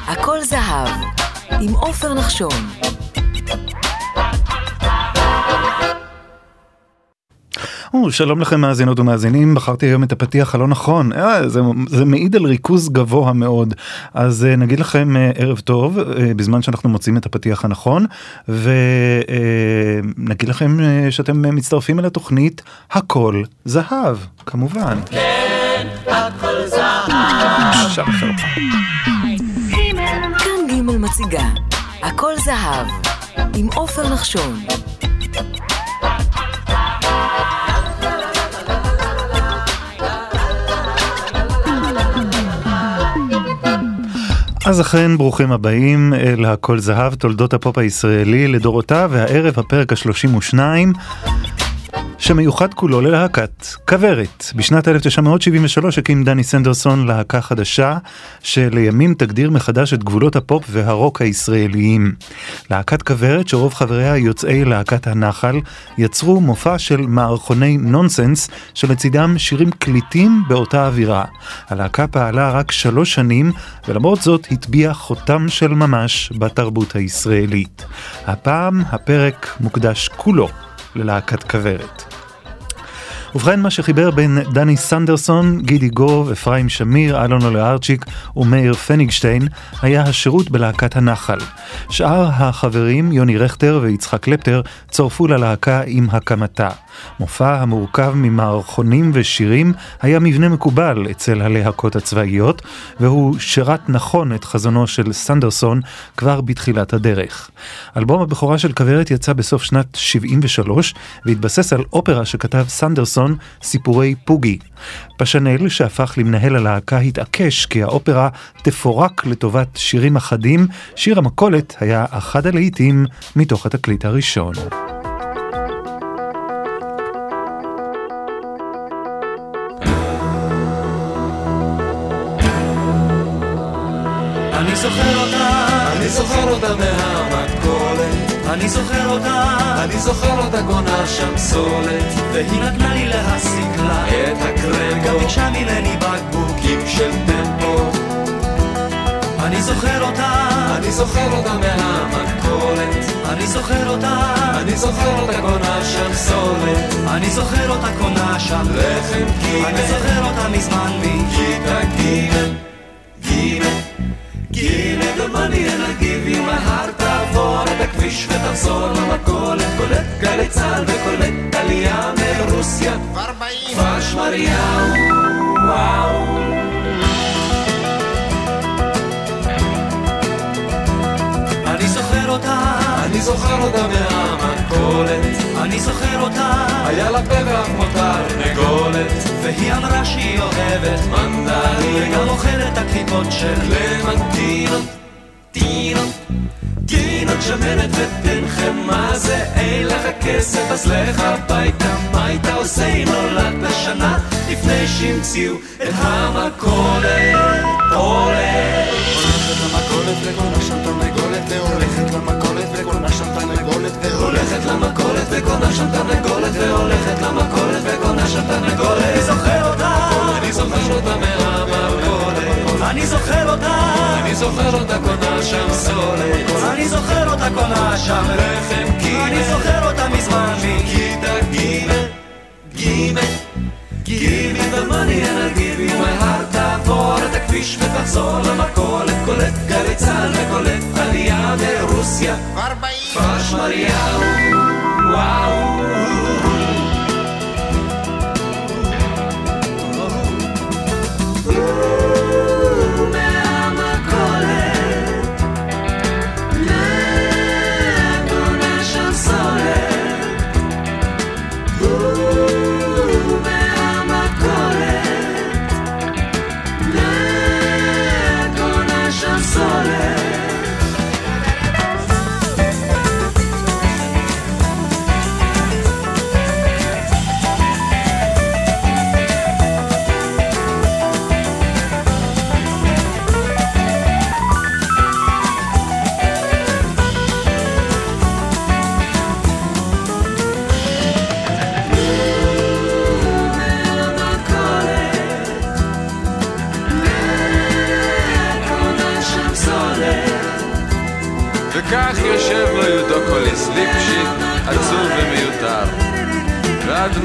הכל זהב, עם עופר נחשון. שלום לכם מאזינות ומאזינים, בחרתי היום את הפתיח הלא נכון, זה מעיד על ריכוז גבוה מאוד, אז נגיד לכם ערב טוב, בזמן שאנחנו מוצאים את הפתיח הנכון, ונגיד לכם שאתם מצטרפים אל התוכנית הכל זהב, כמובן. כן, הכל זהב. כאן ג' מציגה, הכל זהב, עם עופר נחשון. אז אכן ברוכים הבאים אל הכל זהב, תולדות הפופ הישראלי לדורותיו, והערב הפרק ה-32 שמיוחד כולו ללהקת כוורת. בשנת 1973 הקים דני סנדרסון להקה חדשה שלימים תגדיר מחדש את גבולות הפופ והרוק הישראליים. להקת כוורת שרוב חבריה יוצאי להקת הנחל יצרו מופע של מערכוני נונסנס שלצידם שירים קליטים באותה אווירה. הלהקה פעלה רק 3 שנים ולמרות זאת הטביע חותם של ממש בתרבות הישראלית. הפעם הפרק מוקדש כולו ללהקת כוורת. ובכן, מה שחיבר בין דני סנדרסון, גידי גוב, אפרים שמיר, אלון אולארצ'יק ומאיר פניגשטיין היה השירות בלהקת הנחל. שאר החברים, יוני רכטר ויצחק קלפטר, צורפו ללהקה עם הקמתה. מופע המורכב ממערכונים ושירים היה מבנה מקובל אצל הלהקות הצבאיות, והוא שירת נכון את חזונו של סנדרסון כבר בתחילת הדרך. אלבום הבכורה של כוורת יצא בסוף שנת 73, והתבסס על אופרה שכתב סנדרסון, סיפורי פוגי. פשנל, שהפך למנהל הלהקה, התעקש כי האופרה תפורק לטובת שירים אחדים. שיר המקולת היה אחד הלהיטים מתוך התקליט הראשון. אני זוכר אותה מהמתכולת, אני זוכר אותה קונה שם סולת, והיא נתנה לי להסיק לה את הקרמבו, גם ביקשה ממני בקבוקים של טמפו. אני זוכר אותה מהמתכולת, אני זוכר אותה קונה שם סולת, אני זוכר אותה קונה שם לחם גימל, אני זוכר אותה מזמן מכיתה גימל. Give me the money and I'll give you my heart. תעבור את הכביש ותחזור למכולת, קולט גלי צהל וקולט עלייה מרוסיה, פרש מריהו, וואו. אני זוכר אותה מהמכולת, אני זוכר אותה, היה לה פה ואחמותה נגולת, והיא אמרה שהיא אוהבת מנדרים, וגם אוכלת הקליפות של למנטינות, טינות שמנת ותנחם, מה זה אין לך כסף אז לך הביתה, מה היית עושה אם נולדת שנה לפני שהמציאו את המכולת? הולכת למכולת וקונה שם תרנגולת, והולכת למכולת וקונה שם תרנגולת, והולכת למכולת וקונה שם תרנגולת, והולכת למכולת וקונה שם תרנגולת. אני זוכר אותה מהמכולת, אני זוכר אותה קונה שם סולת, אני זוכר אותה קונה שם לחם גימל, אני זוכר אותה מזמן מכיתה גימל. Give me the money and I'll give you my heart. תעבור את הכביש ותחזור למכולת, קולט גלי צהל וקולט עלייה מרוסיה, פרש מריהו, וואו.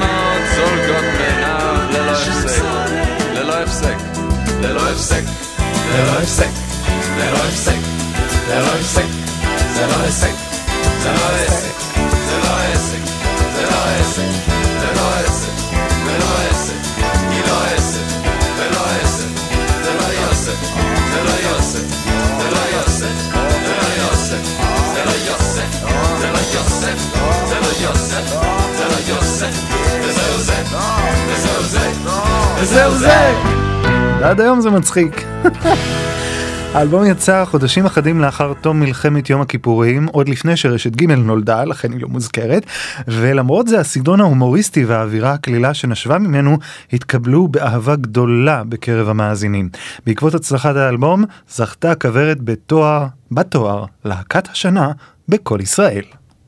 דמעות זולגות מעיניו ללא הפסק, ללא הפסק, ללא הפסק, ללא הפסק, ללא הפסק, ללא הפסק, זה לא עסק, זה לא עסק, זה לא עסק, זה לא עסק, זה לא עסק, זה לא עסק, היא לא עסק, זה לא עסק, זה לא יוסף, זה לא יוסף, זה לא יוסף, זה לא יוסף, זה לא יוסף, זה לא יוסף, זה לא יוסף, זה לא יוסף, וזהו זה, וזהו זה, וזהו זה. עד היום זה מצחיק. האלבום יצא חודשים אחדים לאחר תום מלחמת יום הכיפורים, עוד לפני שרשת ג' נולדה, לכן היא לא מוזכרת, ולמרות זה הסגנון ההומוריסטי והאווירה הכלילה שנשבה ממנו התקבלו באהבה גדולה בקרב המאזינים. בעקבות הצלחת האלבום זכתה כוורת בתואר להקת השנה בכל ישראל.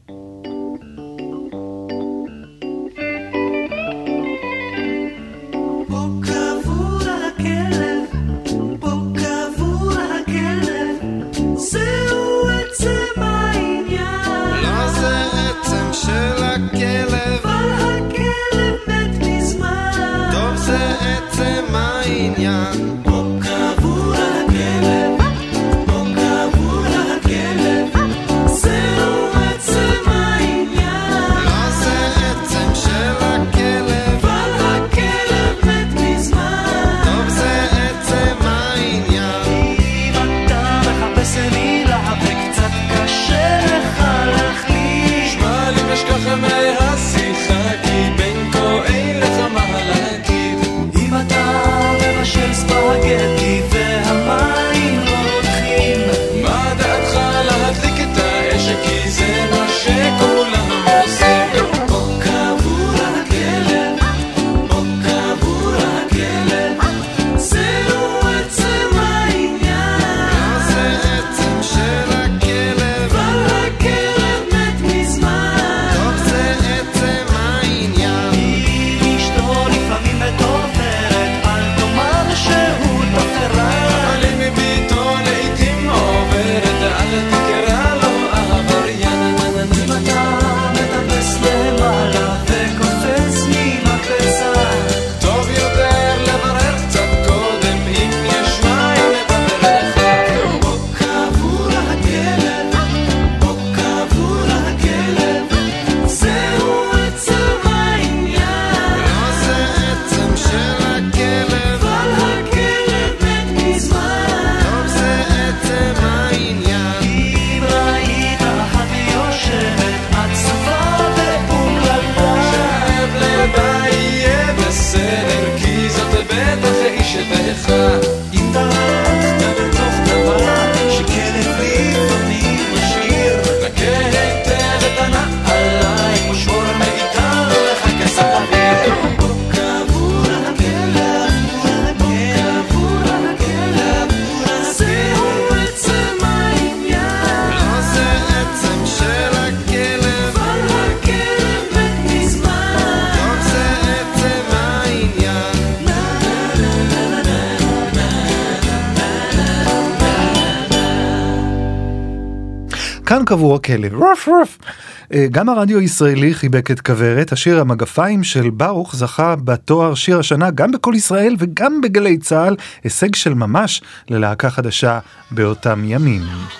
כאן קבור הכלב, רוף רוף. גם הרדיו הישראלי חיבק את כוורת. השיר המגפיים של ברוך זכה בתואר שיר השנה גם בכל ישראל וגם בגלי צהל, הישג של ממש ללהקה חדשה באותם ימים.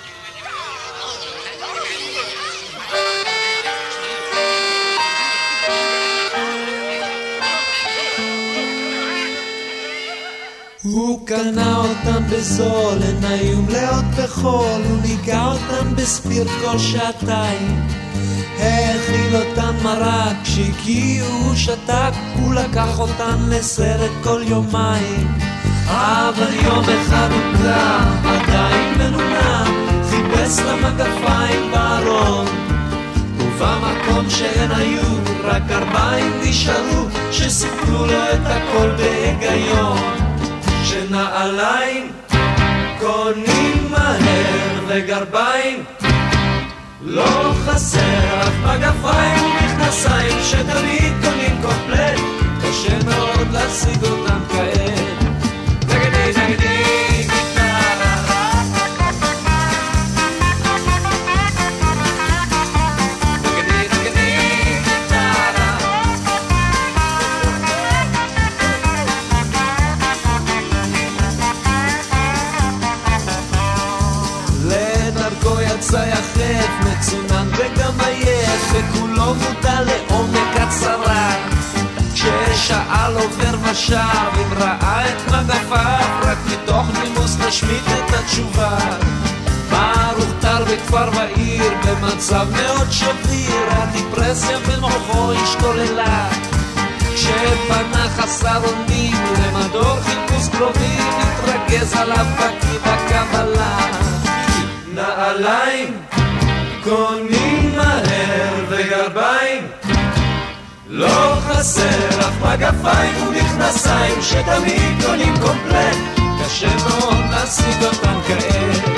הוא קנה אותם בזול, הן היו מלאות בחול, הוא ניגע אותם בספיר כל שעתיים, האכיל אותן מרק, כשהגיעו הוא שתק, הוא לקח אותן לסרט כל יומיים, אבל יום אחד הוא קרא, עדיין מנונה, חיפש למגפיים בארון, ובמקום שהן היו, רק 4 נשארו, שסיפרו לו את הכל בהיגיון. שנעליים קונים מהר וגרביים לא חסר, אף מגפיים ומכנסיים שתמיד קונים קומפלט, קשה מאוד להשיג אותם כעת. נגדי נגדי שאל עובר ושב אם ראה את מגפיו, רק מתוך נימוס נשמיט את התשובה. ברוך תר בכפר ועיר במצב מאוד שביר, הדיפרסיה במוחו השתוללה. כשפנה חסר אונים למדור חיפוש קרובים, התרכז עליו בקי בקבלה. נעליים קונים מהר וגרביים לא חסר, אך מגפיים ומכנסיים שתמיד קונים קומפלט, קשה מאוד להשיג אותם כעת.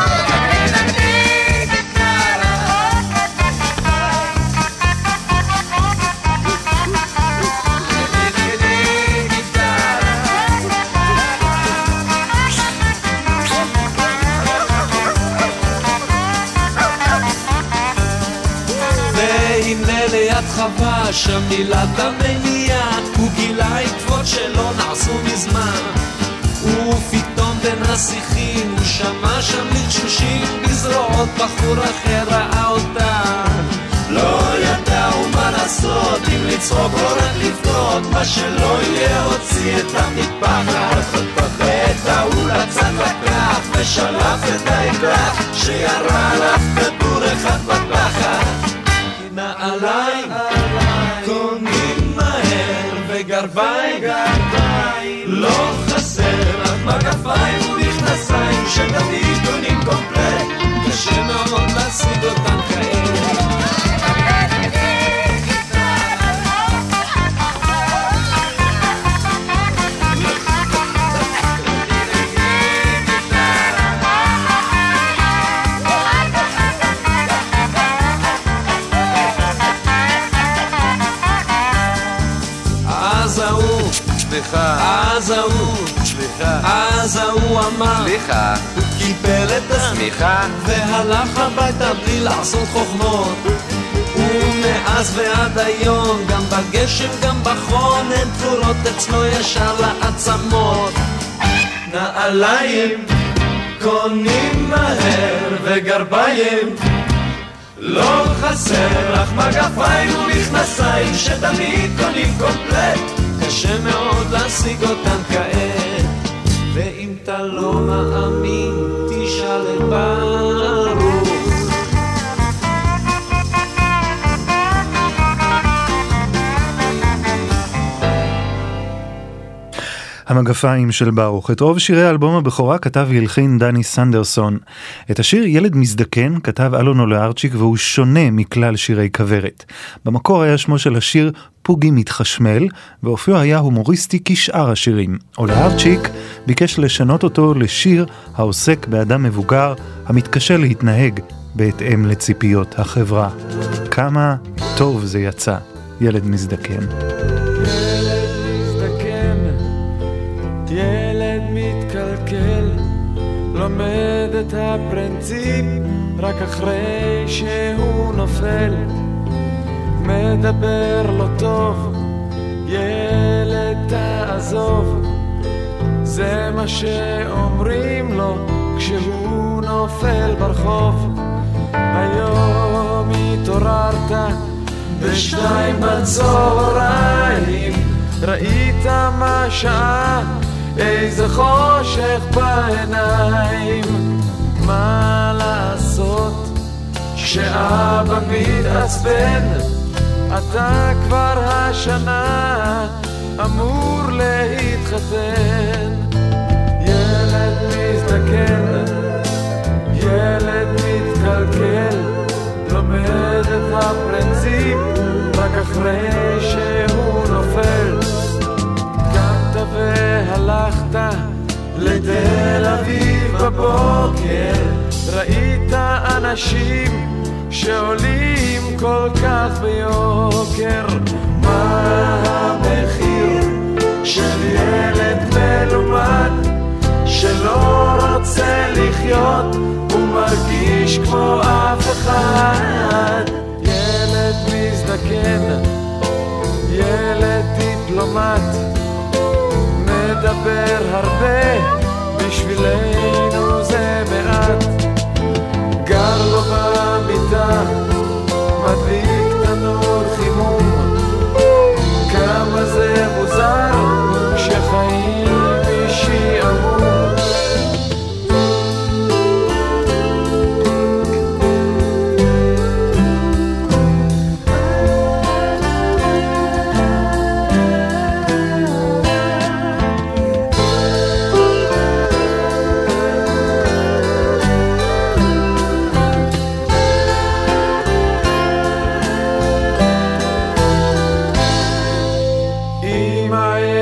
חווה שם מילת המניעה, הוא גילה עקבות שלא נעשו מזמן, ופתאום בין השיחים הוא שמע שם לחשושים בזרועות, בחור אחר ראה אותה, לא ידע ומה לעשות, אם לצחוק או רק לבכות, מה שלא יהיה הוציא את המטפחת, ואת ההוא לצד לקח ושלף את האקלח שירה עליו כדור אחד בתחת. נעליים קונים מהר וגרביים לא חסר, אך מגפיים ומכנסיים שתמיד קונים קומפלט, קשה מאוד להשיג אותם כעת. אז ההוא אמר סליחה, הוא קיבל את הסמיכה והלך הביתה בלי לעשות חוכמות, ומאז ועד היום גם בגשם גם בחום הן תפורות אצלו ישר לעצמות. נעליים קונים מהר וגרביים לא חסר, אך מגפיים ומכנסיים שתמיד קונים קומפלט, קשה מאוד להשיג אותם כעת. ואם אתה לא מאמין תשאל את ברוך. המגפיים של ברוך. את רוב שירי אלבום הבכורה כתב והלחין דני סנדרסון. את השיר ילד מזדקן כתב אלון אולארצ'יק, והוא שונה מכלל שירי כברת. במקור היה שמו של השיר פוגי מתחשמל, ואופיו היה הומוריסטי כשאר השירים. אולארצ'יק ביקש לשנות אותו לשיר העוסק באדם מבוגר המתקשה להתנהג בהתאם לציפיות החברה. כמה טוב זה יצא, ילד מזדקן. ילד מתקלקל, לומד את הפרינציפ רק אחרי שהוא נופל, מדבר לא טוב, ילד תעזוב, זה מה שאומרים לו כשהוא נופל ברחוב. היום התעוררת בשתיים בצהריים, ראית מה שעה, איזה חושך בעיניים, מה לעשות שאבא מתעצבן, אתה כבר השנה אמור להתחתן. ילד מזדקן, ילד מתקלקל, לומד את הפרינציפ רק אחרי שהוא נופל. קמת והלכת לתל אביב בבוקר, ראית אנשים שעולים כל כך ביוקר, מה המחיר של ילד מלומד שלא רוצה לחיות ומרגיש כמו אף אחד. ילד מזדקן, ילד דיפלומט, מדבר הרבה, בשבילנו זה מעט, גר לו במיטה, מדליק תנור חימום, כמה זה מוזר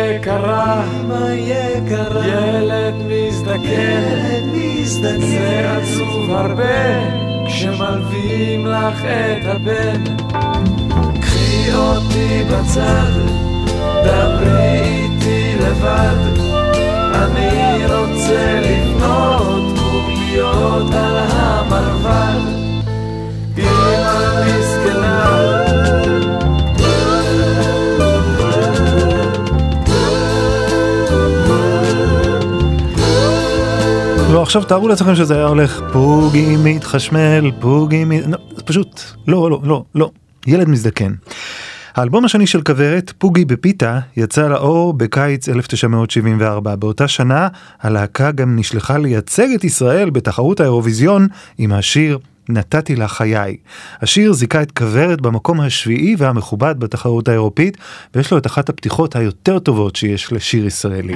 יקרה, ילד מזדקן, זה עצוב הרבה כשמלווים לך את הבן. קחי אותי בצד, דברי איתי לבד, אני רוצה לבנות קוביות על המרבד. אמא מסכנה, לא, עכשיו תארו לעצמכם שזה היה הולך פוגי מתחשמל, פשוט לא, ילד מזדקן. האלבום השני של כוורת, פוגי בפיתה, יצא לאור בקיץ 1974. באותה שנה הלהקה גם נשלחה לייצג את ישראל בתחרות האירוויזיון עם השיר נתתי לה חיי. השיר זיכה את כוורת במקום השביעי והמכובד בתחרות האירופית, ויש לו את אחת הפתיחות היותר טובות שיש לשיר ישראלי.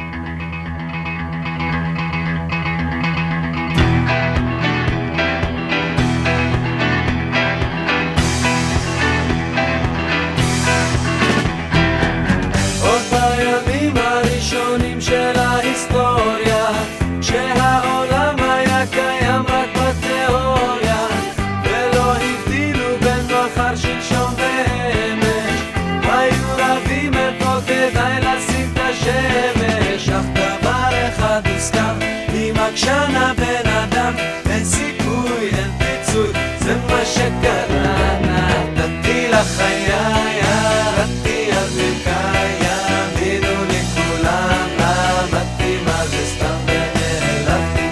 כשנה בן אדם, אין סיכוי, אין פיצוי, זה מה שקרה. נתתי לחיי, ירדתי על ברכיי, יאמינו לי כולם, למדתי מה זה סתם ונעלבתי.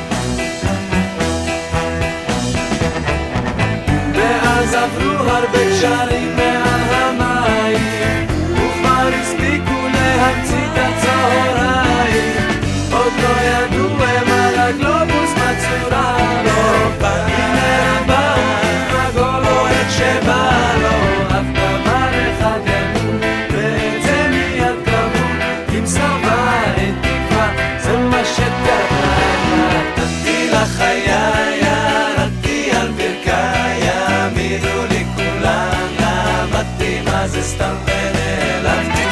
ואז עברו הרבה קשרים מעל המים, וכבר הספיקו להמציא את הצהריים, עוד לא ידעו הגלובוס בצורה לו, הנה הם באו, מגול לו איך שבא לו, אף דבר אחד ידעו, ואת זה מיד קבעו, אם סרבה אין תקווה, זה מה שקרה. נתתי לחיי, ירדתי על ברכיי, יאמינו לי כולם, למדתי מה זה סתם ונעלבתי.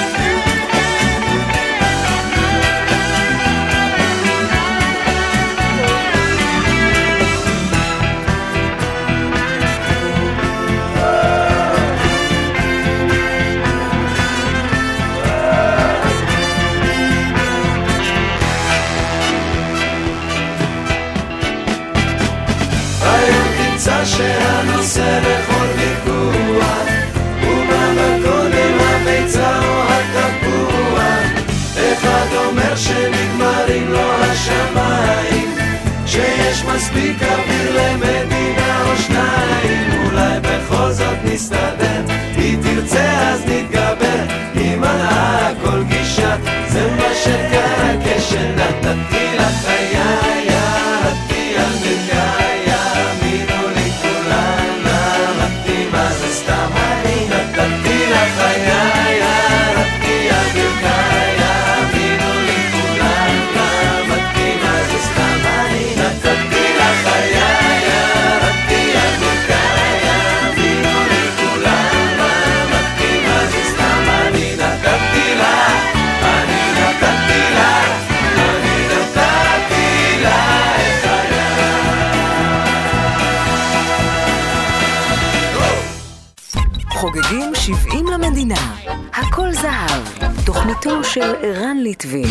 שהנושא בכל ויכוח ומה בקודם הביצה או התפוח, אחד אומר שנגמרים לו השמיים, שיש מספיק אוויר למדינה או שניים, אולי בכל זאת נסתדר, היא תרצה אז נתגבר, היא מנעה כל גישה, זה מה שקרה כשנתתי לחיי, ירדתי על ברכיי, חוגגים 70 למדינה. הכל זהב. תוכניתו של ערן ליטבין.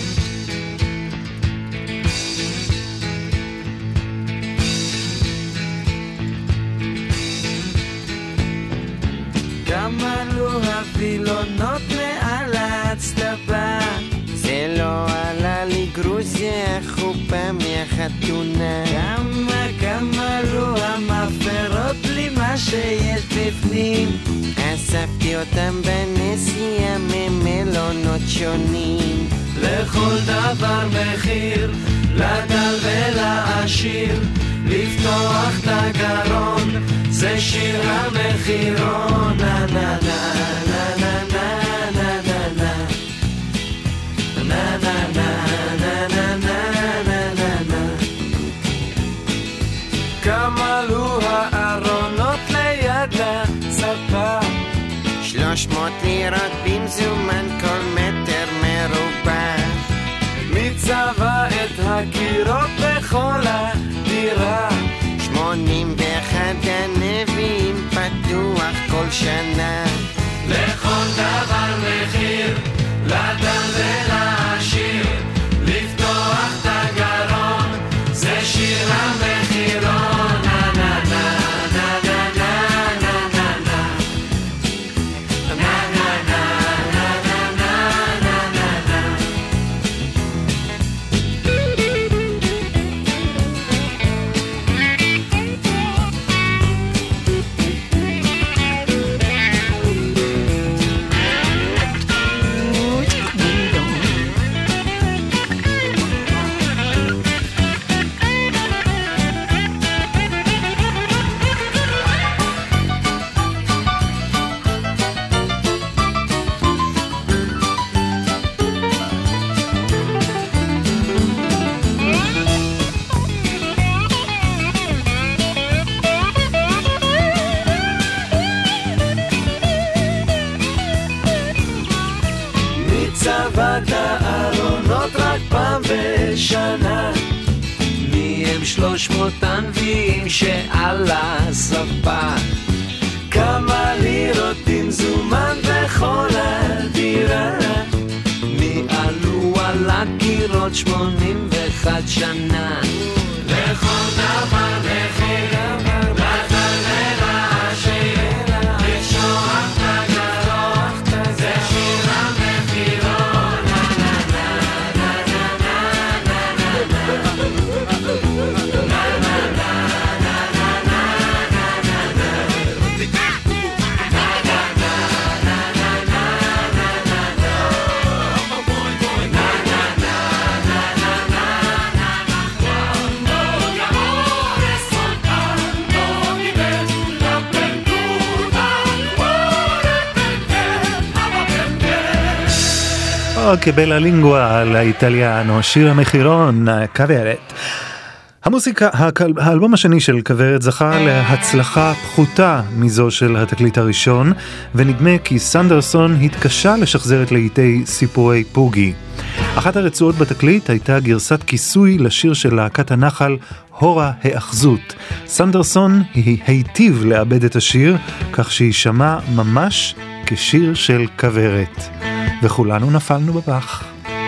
גם עלו הווילונות מעל ההצטבה, זה לא עלה לי גרוזיה חופה מהחתונה. גם עלו המאפרות לי מה שיש בפנים, אספתי אותם בנסיעה ממלונות שונים. לכל דבר מחיר, לדל ולעשיר, לפתוח את הגרון, זה שיר המחירון. נה נה נה נה נה נה נה נה נה נה נה נה נה נה. כמה עלו הארונות ליד הספה, 300 לירות במזומן כל מטר שנה. לכל דבר מחיר, לדן ולעשיר, לפתוח את הגרון, זה שיר המחירון. נה נה נה נה נה נה נה נה נה צבעת הארונות רק פעם בשנה, מי הם 300 הנביאים שעל הספה, כמה לירות במזומן בכל הדירה, מי עלו על הקירות 81 שנה. לכל דבר מחיר, לדן ולעשיר, לפתוח את הגרון, זה שיר המחירון. נה נה נה נה נה נה נה che bella lingua לאיטליאנו, שיר המחירון, כוורת. האלבום השני של כוורת זכה להצלחה פחותה מזו של התקליט הראשון, ונדמה כי סנדרסון התקשה לשחזר את לעיתי סיפורי פוגי. אחת הרצועות בתקליט הייתה גרסת כיסוי לשיר של להקת הנחל הורה האחזות. סנדרסון היטיב לאבד את השיר, כך שישמע ממש כשיר של כוורת. וכולנו נפלנו בפח.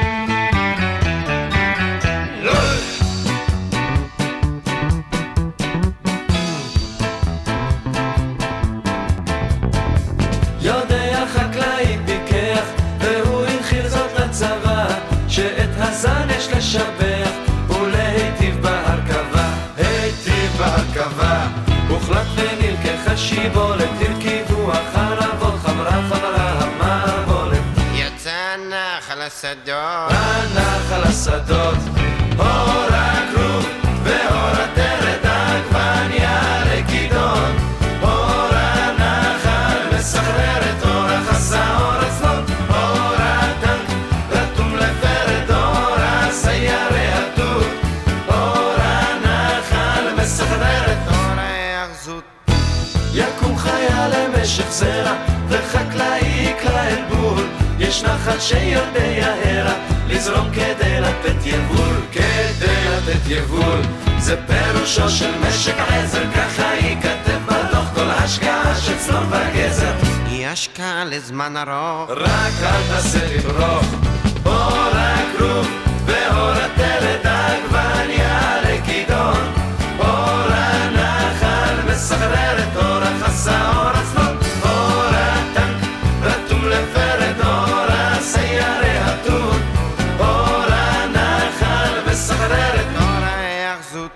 יודע חקלאי פיקח והוא הנחיל זאת לצבא, שאת הזן יש לשבח ולהיטיב בהרכבה. היטיב בהרכבה הוחלט ונלקח השיבולת, תרכיבו החרבות חברה חברה המערבולת. יצא נחל השדות, הנחל השדות, אור הכרוב ואור התרד עגבניה לכידון, אור הנחל מסחרר את אור החסה אור הצלות, אור הטנק רתום לפרד אור הסיירי התות, אור הנחל מסחרר את אור האחזות. יקום חייל למשך זרע וחקלאי יקרא אל בור, יש נחל שיודע הרע לזרום כדי לתת יבול, כדי לתת יבול, זה פירושו של משק עזר, ככה ייכתב בדוח כל השקעה של צלום וגזר. היא השקעה לזמן ארוך, רק אל תעשה לברוך, אור הכרוב ואור התלת עגבניה לכידון, אור הנחל מסחרר את אור החסה אור הצלות, אור הטנק רתום לפרד אור הסיירי התות, אור הנחל מסחרר את אור האחזות.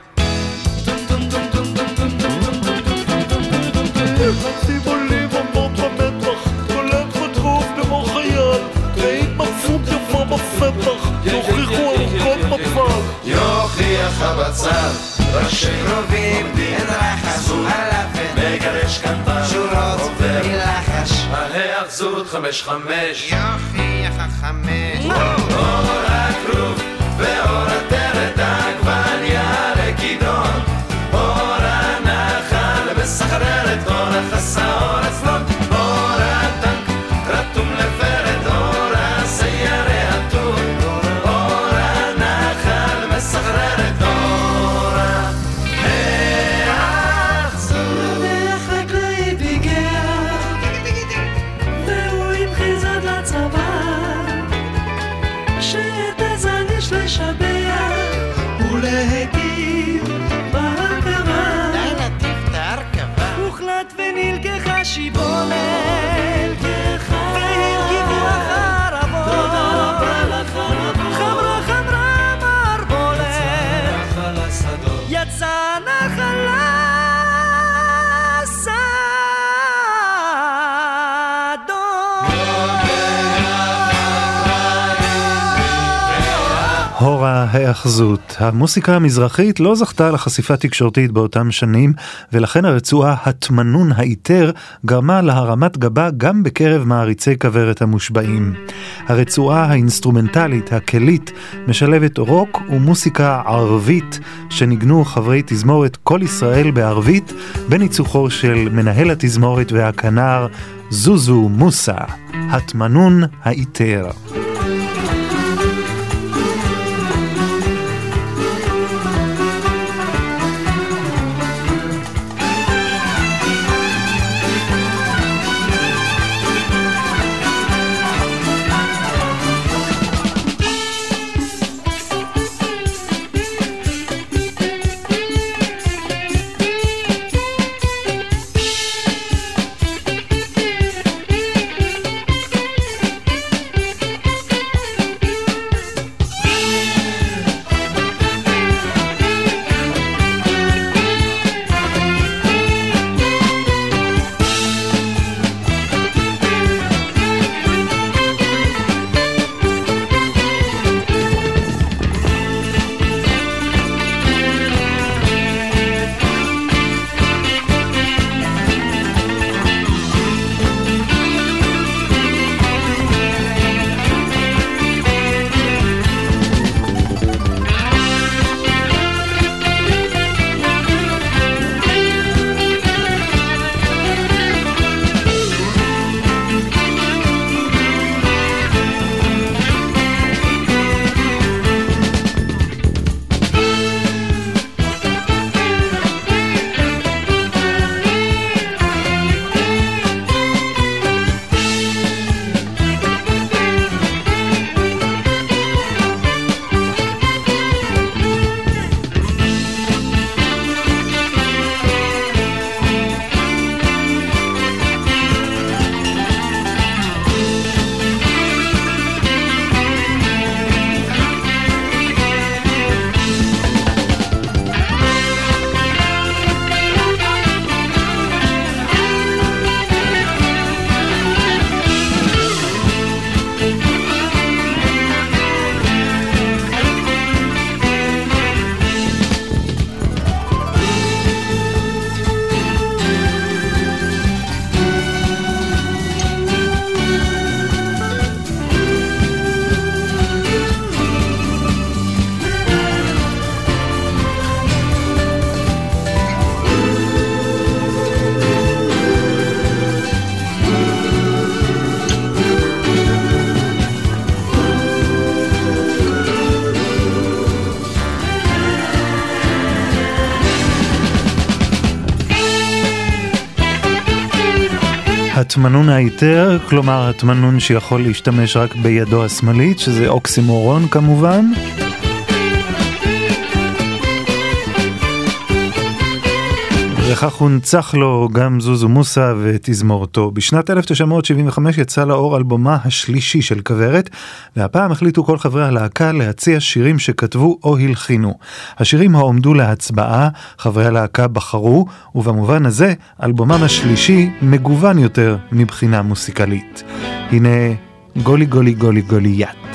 סיבולים עמוד במטח, כולל חטרוף כמו חייל, והתמקפות יפה בפתח, יוכיחו ארוכות מפל. יוכיח הבצל, ראשי קרובים, אין רחש, אלפן, מגרש קנטן, שורות ומלחש, ההאחזות 5-5, יוכיח החמש. אור הכרוב ואור התרד עגבניה לכידון, אור הנחל מסחרר את אור החסה אור הצלות, אור הטנק רתום לפרד אור הסיירי התות, אור הנחל מסחרר את אור האחזות. והחקלאי פיגר השיבולת והרכיבו החרבות. תודה רבה לחרבות. חמרה חמרה מערבולת יצא נחל הורה ההאחזות. המוסיקה המזרחית לא זכתה לחשיפה תקשורתית באותם שנים, ולכן הרצועה התמנון היתר גרמה להרמת גבה גם בקרב מעריצי כברת המושבעים. הרצועה האינסטרומנטלית, הכלית, משלבת רוק ומוסיקה ערבית שניגנו חברי תזמורת כל ישראל בערבית בניצוחו של מנהל התזמורת והכנר זוזו מוסא. התמנון היתר. התמנון היתר, כלומר התמנון שיכול להשתמש רק בידו השמאלית, שזה אוקסימורון כמובן. וכך הונצח לו גם זוזו מוסא ותזמורתו. בשנת 1975 יצא לאור אלבומה השלישי של כברת, והפעם החליטו כל חברי הלהקה להציע שירים שכתבו או הלחינו. השירים העומדו להצבעה, חברי הלהקה בחרו, ובמובן הזה אלבומם השלישי מגוון יותר מבחינה מוסיקלית. הנה גולי גולי גולי גוליית.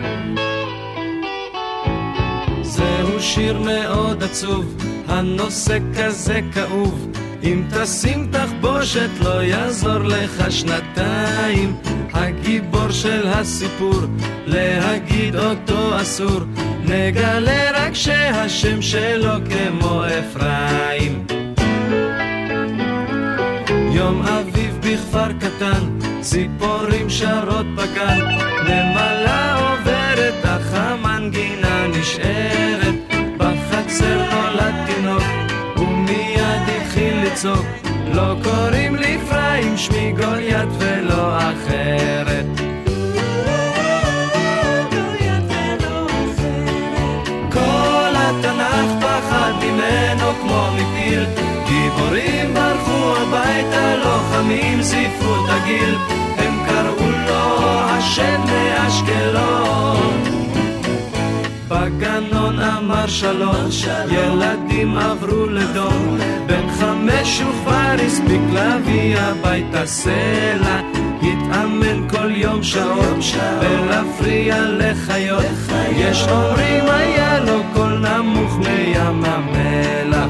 זהו שיר מאוד עצוב, הנושא כזה כאוב, אם תשים תחבושת לא יעזור לך שנתיים. הגיבור של הסיפור, להגיד אותו אסור, נגלה רק שהשם שלו כמו אפרים. יום אביב בכפר קטן, ציפורים שרות בגן, נמלה עוברת אך המנגינה נשארת. בחצר נולד תינוק ומיד התחיל לצעוק, לא קוראים לי אפרים, שמי גוליית ולא אחרת. כל התנ"ך פחד ממנו כמו מפיל, כי גיבורים ברחו הביתה, לוחמים זיפו את הגיל, הם קראו לו השד מאשקלון. בגנון אמר שלום, ילדים עברו לדום, בן 5 הוא כבר הספיק להביא הביתה סלע, התאמן כל יום שעות ולהפריע לחיות, יש אומרים היה לו קול נמוך מים המלח,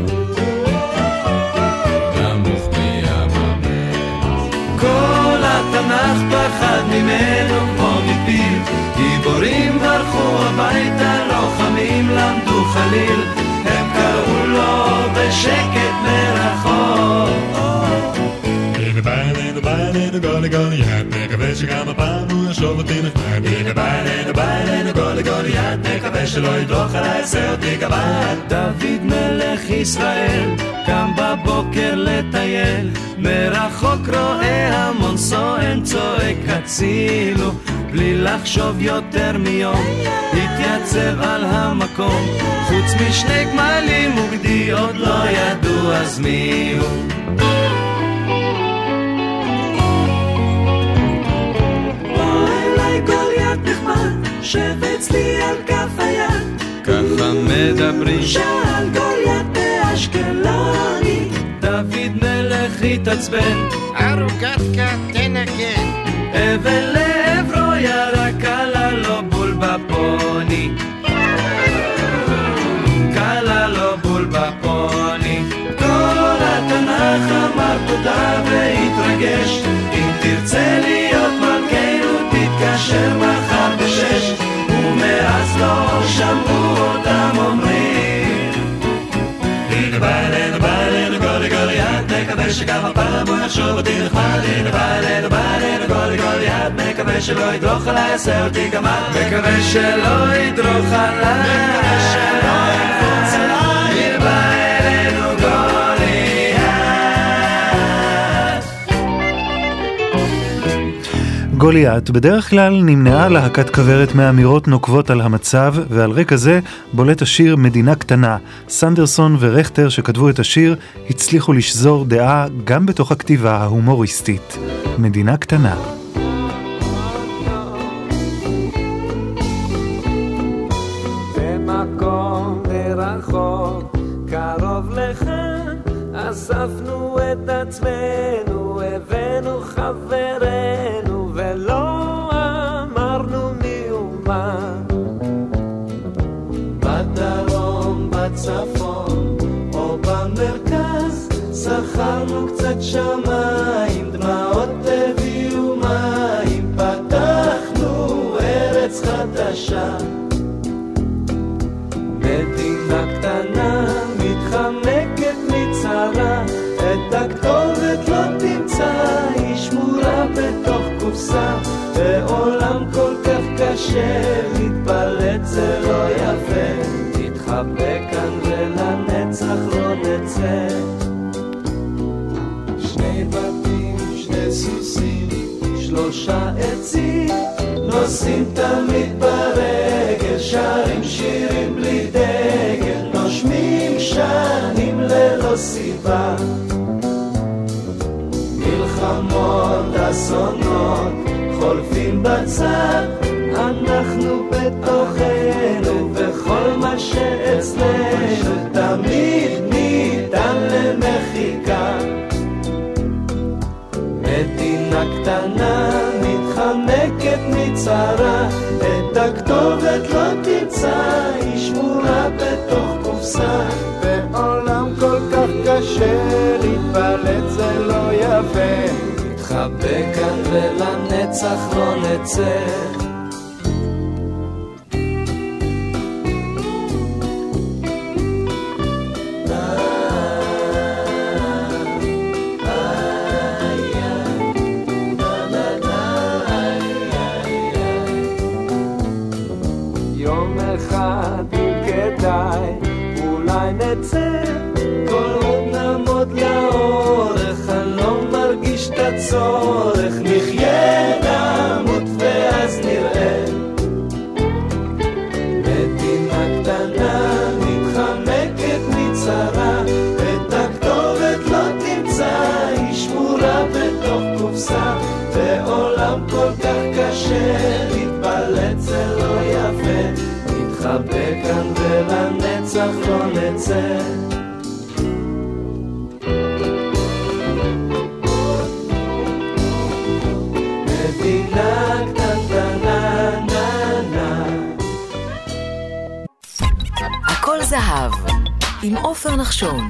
נמוך מים המלח. כל התנ"ך פחד ממנו כמו מפיל, גיבורים ברחו הביתה, לוחמים למדו חליל, הם קראו לו בשקט מרחוק. In de Goliath, מקווה שגם הפעם הוא ישוב אותי נחמד. in the Goliath, מקווה שלא ידרוך עליי, עשה אותי גבד. דוד מלך ישראל קם בבוקר לטייל, מרחוק רואה המון סואן צועק הצילו, בלי לחשוב יותר מיום התייצב על המקום, חוץ משני גמלים וגדי עוד לא ידעו אז מי הוא. גוליית נחמד, שב אצלי על כף היד, ככה מדברים, שאל גוליית באשקלוני. דוד מלך התעצבן, ארוגתקה תנגן, אבל לעברו ירק עלה לו בול בפוני, קלה לו בול בפוני. כל התנ"ך אמר תודה והתרגש, אם תרצה להיות מלכנו תתקשר מחר ב6, ומאז לא שמעו אותם אומרים. in the Goliath, מקווה שגם הפעם הוא יחשוב אותי נחמד. in the Goliath, מקווה שלא ידרוך עליי, עשה אותי גמד. מקווה שלא ידרוך עליי, מקווה שלא יקפוץ עליי, ירבע אלינו גוליית. גוליית בדרך כלל נמנעה להקת כברת מאמירות נוקבות על המצב, ועל רקע זה בולט השיר מדינה קטנה. סנדרסון ורכטר שכתבו את השיר הצליחו לשזור דעה גם בתוך הכתיבה ההומוריסטית. מדינה קטנה. במקום מרחוק קרוב לכאן אספנו את עצמנו, הבאנו חברנו ולא אמרנו מאומה. בדרום, בצפון או במרכז שכרנו קצת שמיים, דמעות הביאו מים, פתחנו ארץ חדשה. מדינה קטנה מתחמקת מצרה, את הכתובת לא תמצא, היא שמורה בתוך קופסה. בעולם כל כך קשה, להתפלט זה לא יפה, תתחבא כאן ולנצח לא נצא. 2 בתים, 2 סוסים, 3 עצים, נוסעים תמיד ברגל, שרים שירים בלי דגל, נושמים שנים ללא סיבה. מלחמות, אסונות, חולפים בצד, אנחנו בתוכנו, וכל מה שאצלנו תמיד ניתן למחיקה. מדינה קטנה מתחמקת מצרה, את הכתובת לא תמצא, היא שמורה בתוך קופסה. בעולם כל כך קשה, להתפלט זה לא יפה, תתחבא כאן ולנצח לא נצא. אולי נצא, כל עוד נעמוד לאורך, אני לא מרגיש את הצורך, נחיה נמות ואז נראה. מדינה קטנה מתחמקת מצרה, את הכתובת נחבק כאן ולנצח לא נצא. מדינה קטנטנה נה נה. הכל זהב עם עופר נחשון.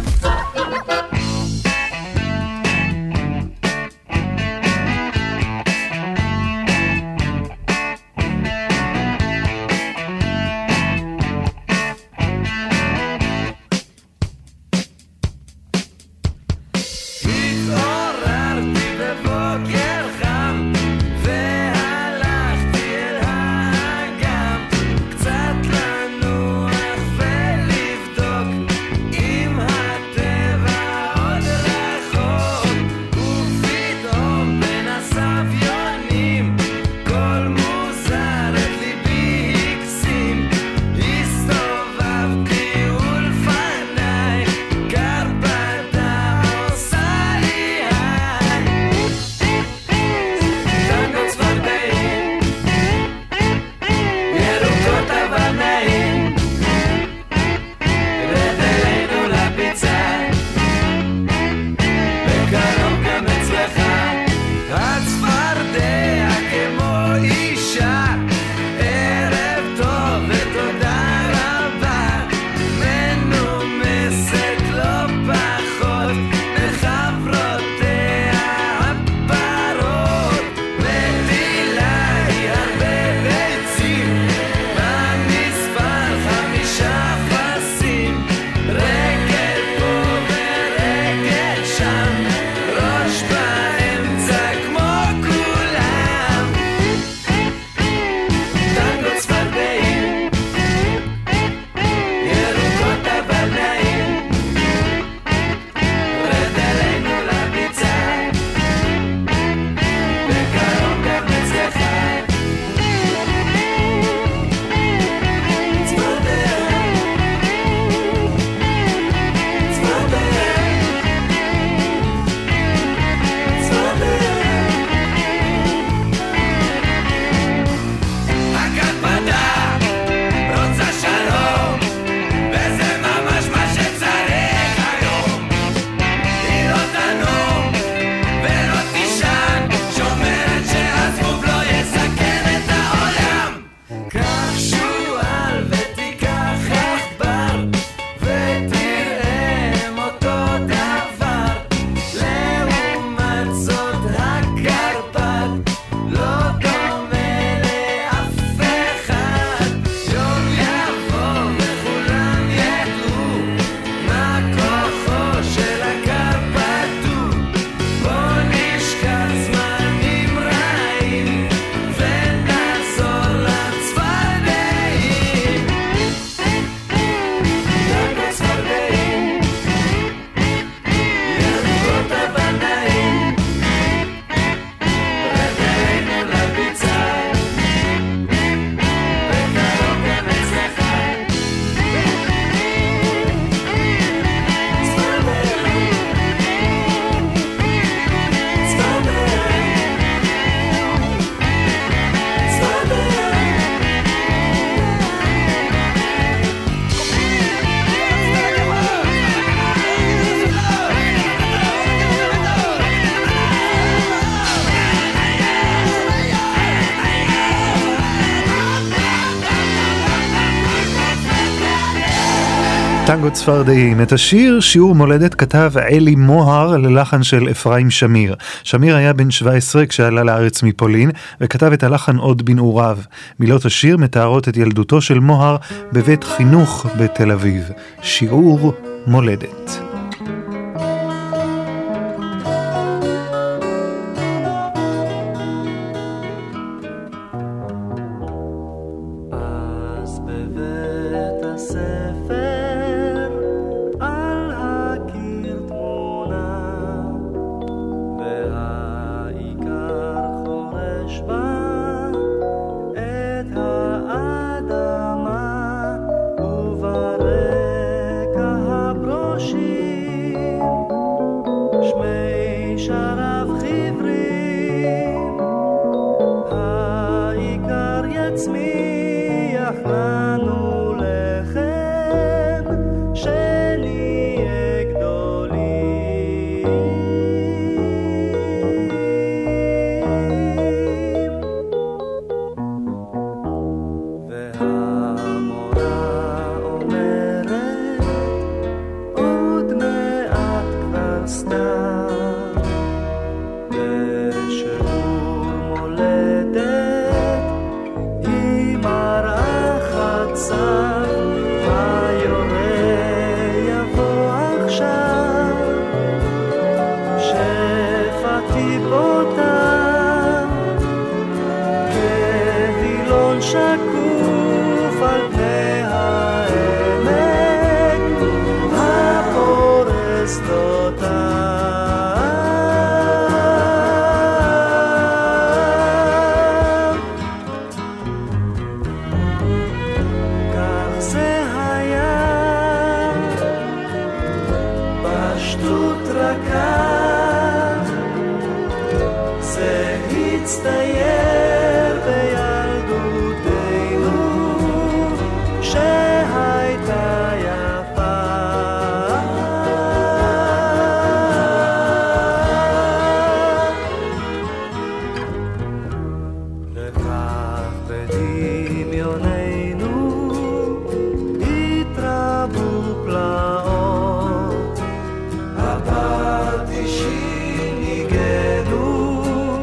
טנגו צפרדעים. את השיר שיעור מולדת כתב אלי מוהר ללחן של אפרים שמיר. שמיר היה בן 17 כשעלה לארץ מפולין וכתב את הלחן עוד בנעוריו. מילות השיר מתארות את ילדותו של מוהר בבית חינוך בתל אביב. שיעור מולדת. יצמיח לנו המורה אומרת עוד מעט כבר סתם בשיעור מולדת היא מראה חצה היורה יבוא עכשיו שפתי בוטה כהילון שקוף על פני העמק הפורס אותה כך זה היה פשטות רכה זה הצטייר בילדותנו שהייתה יפה וכך בדמיוננו התרבו פלאות הפטישים ניגנו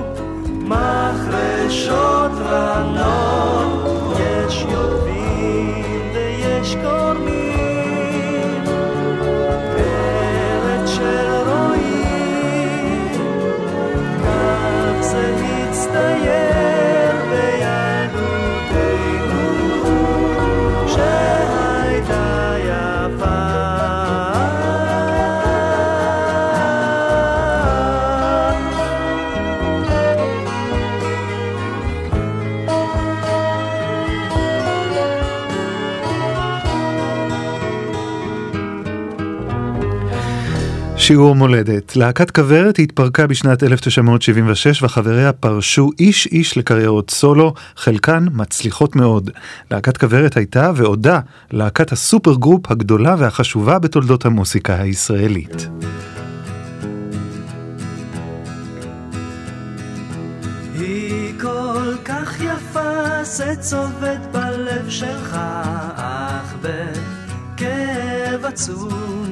מחרשות רנות יש יודעים ויש קורמים פרץ של רואים כך זה הצטייר בילדותנו שהייתה יפה שיעור מולדת. להקת כוורת התפרקה בשנת 1976 וחבריה פרשו איש איש לקריירות סולו, חלקן מצליחות מאוד. להקת כוורת הייתה ועודה להקת הסופר גרופ הגדולה והחשובה בתולדות המוסיקה הישראלית. היא כל כך יפה זה צובט בלב שלך אך בכאב עצום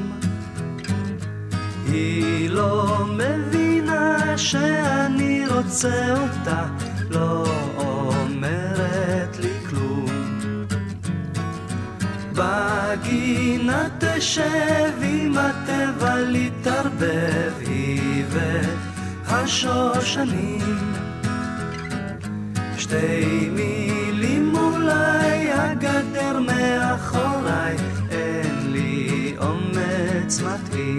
היא לא מבינה שאני רוצה אותה לא אומרת לי כלום בגינה תשב עם הטבע להתערבב היא והשושנים שתי מילים אולי הגדר מאחוריי אין לי אומץ מתאים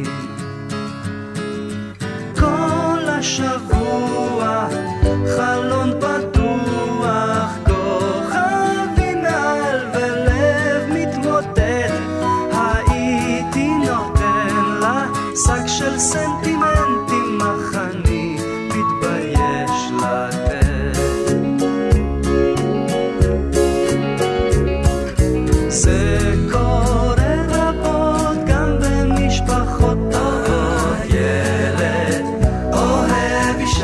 כל השבוע חלון פתוח כוכבים מעל ולב מתמוטט הייתי נותן לה שק של סנטימנטים אך אני מתבייש לתת זה קורה רבות גם במשפחות טובות ילד אוהב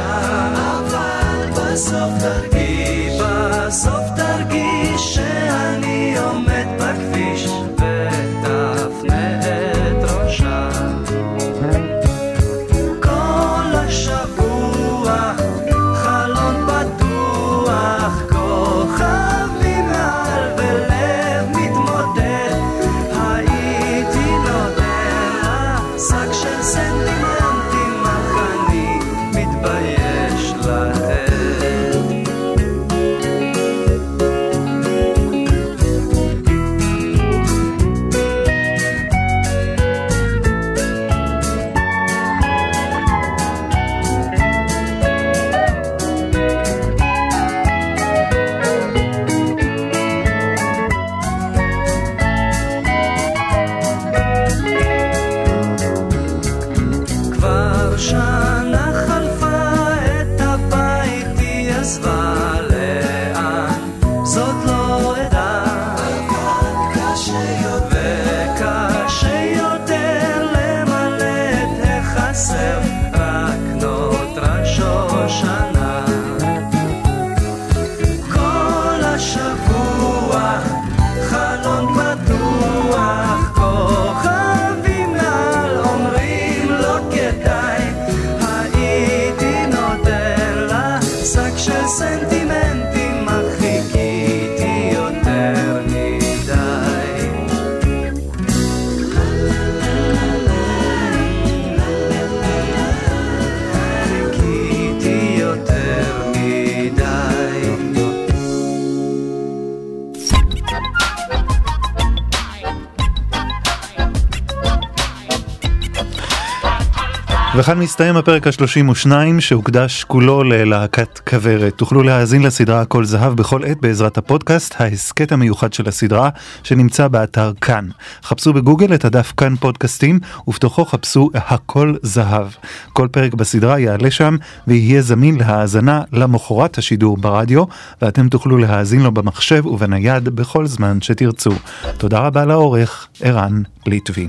וכאן מסתיים הפרק ה-32 שהוקדש כולו ללהקת כוורת. תוכלו להאזין לסדרה הכל זהב בכל עת בעזרת הפודקאסט, ההסקט המיוחד של הסדרה שנמצא באתר כאן. חפשו בגוגל את הדף כאן פודקאסטים ובתוכו חפשו הכל זהב. כל פרק בסדרה יעלה שם ויהיה זמין להאזנה למחרת השידור ברדיו, ואתם תוכלו להאזין לו במחשב ובנייד בכל זמן שתרצו. תודה רבה לעורך ערן ליטבין.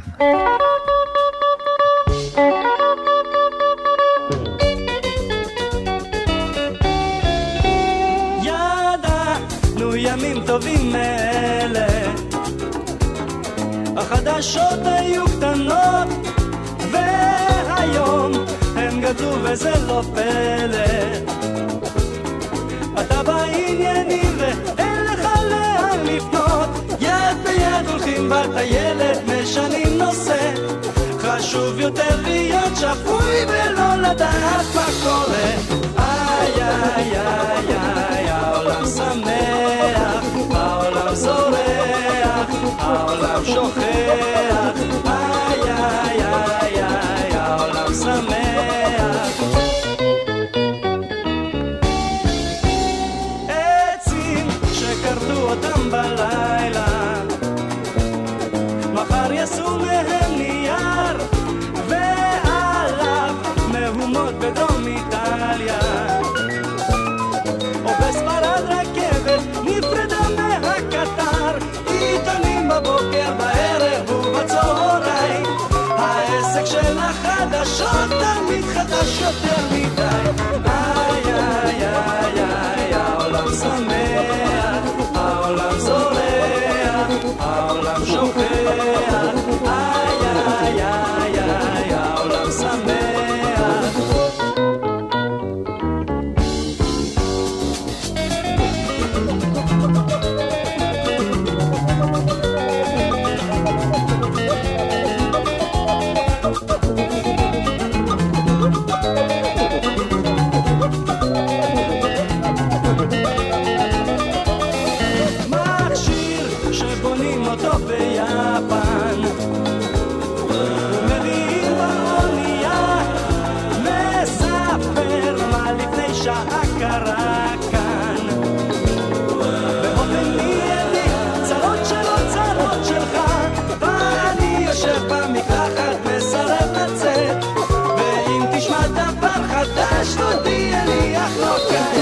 ימים טובים מאלה, החדשות היו קטנות והיום הם גדלו וזה לא פלא. אתה בעניינים ואין לך לאן לפנות, יד ביד הולכים בטיילת משנים נושא. חשוב יותר להיות שפוי ולא לדעת מה קורה. איי איי איי איי, העולם שמח, העולם זורח, העולם שוכח. איי איי איי איי, העולם שמח. עצים שכרתו אותם בלילה, מחר יעשו מהם נייר, ועליו מהומות בדרום איטליה. או בספרד רכבת נפרדה מהקטר, עיתונים בבוקר בערב ובצהריים. העסק של החדשות תמיד חדש יותר מדי. איי איי איי איי, העולם שמח, העולם זורח, העולם שוכח. איי איי איי איי, העולם שמח. מכשיר שבונים אותו ביפן ומביאים באונייה, מספר מה לפני שעה קרה כאן. באופן מיידי צרות שלו צרות שלך, ואני יושב במקלחת מסרב לצאת, ואם תשמע דבר חדש תודיע לי אך לא כעת.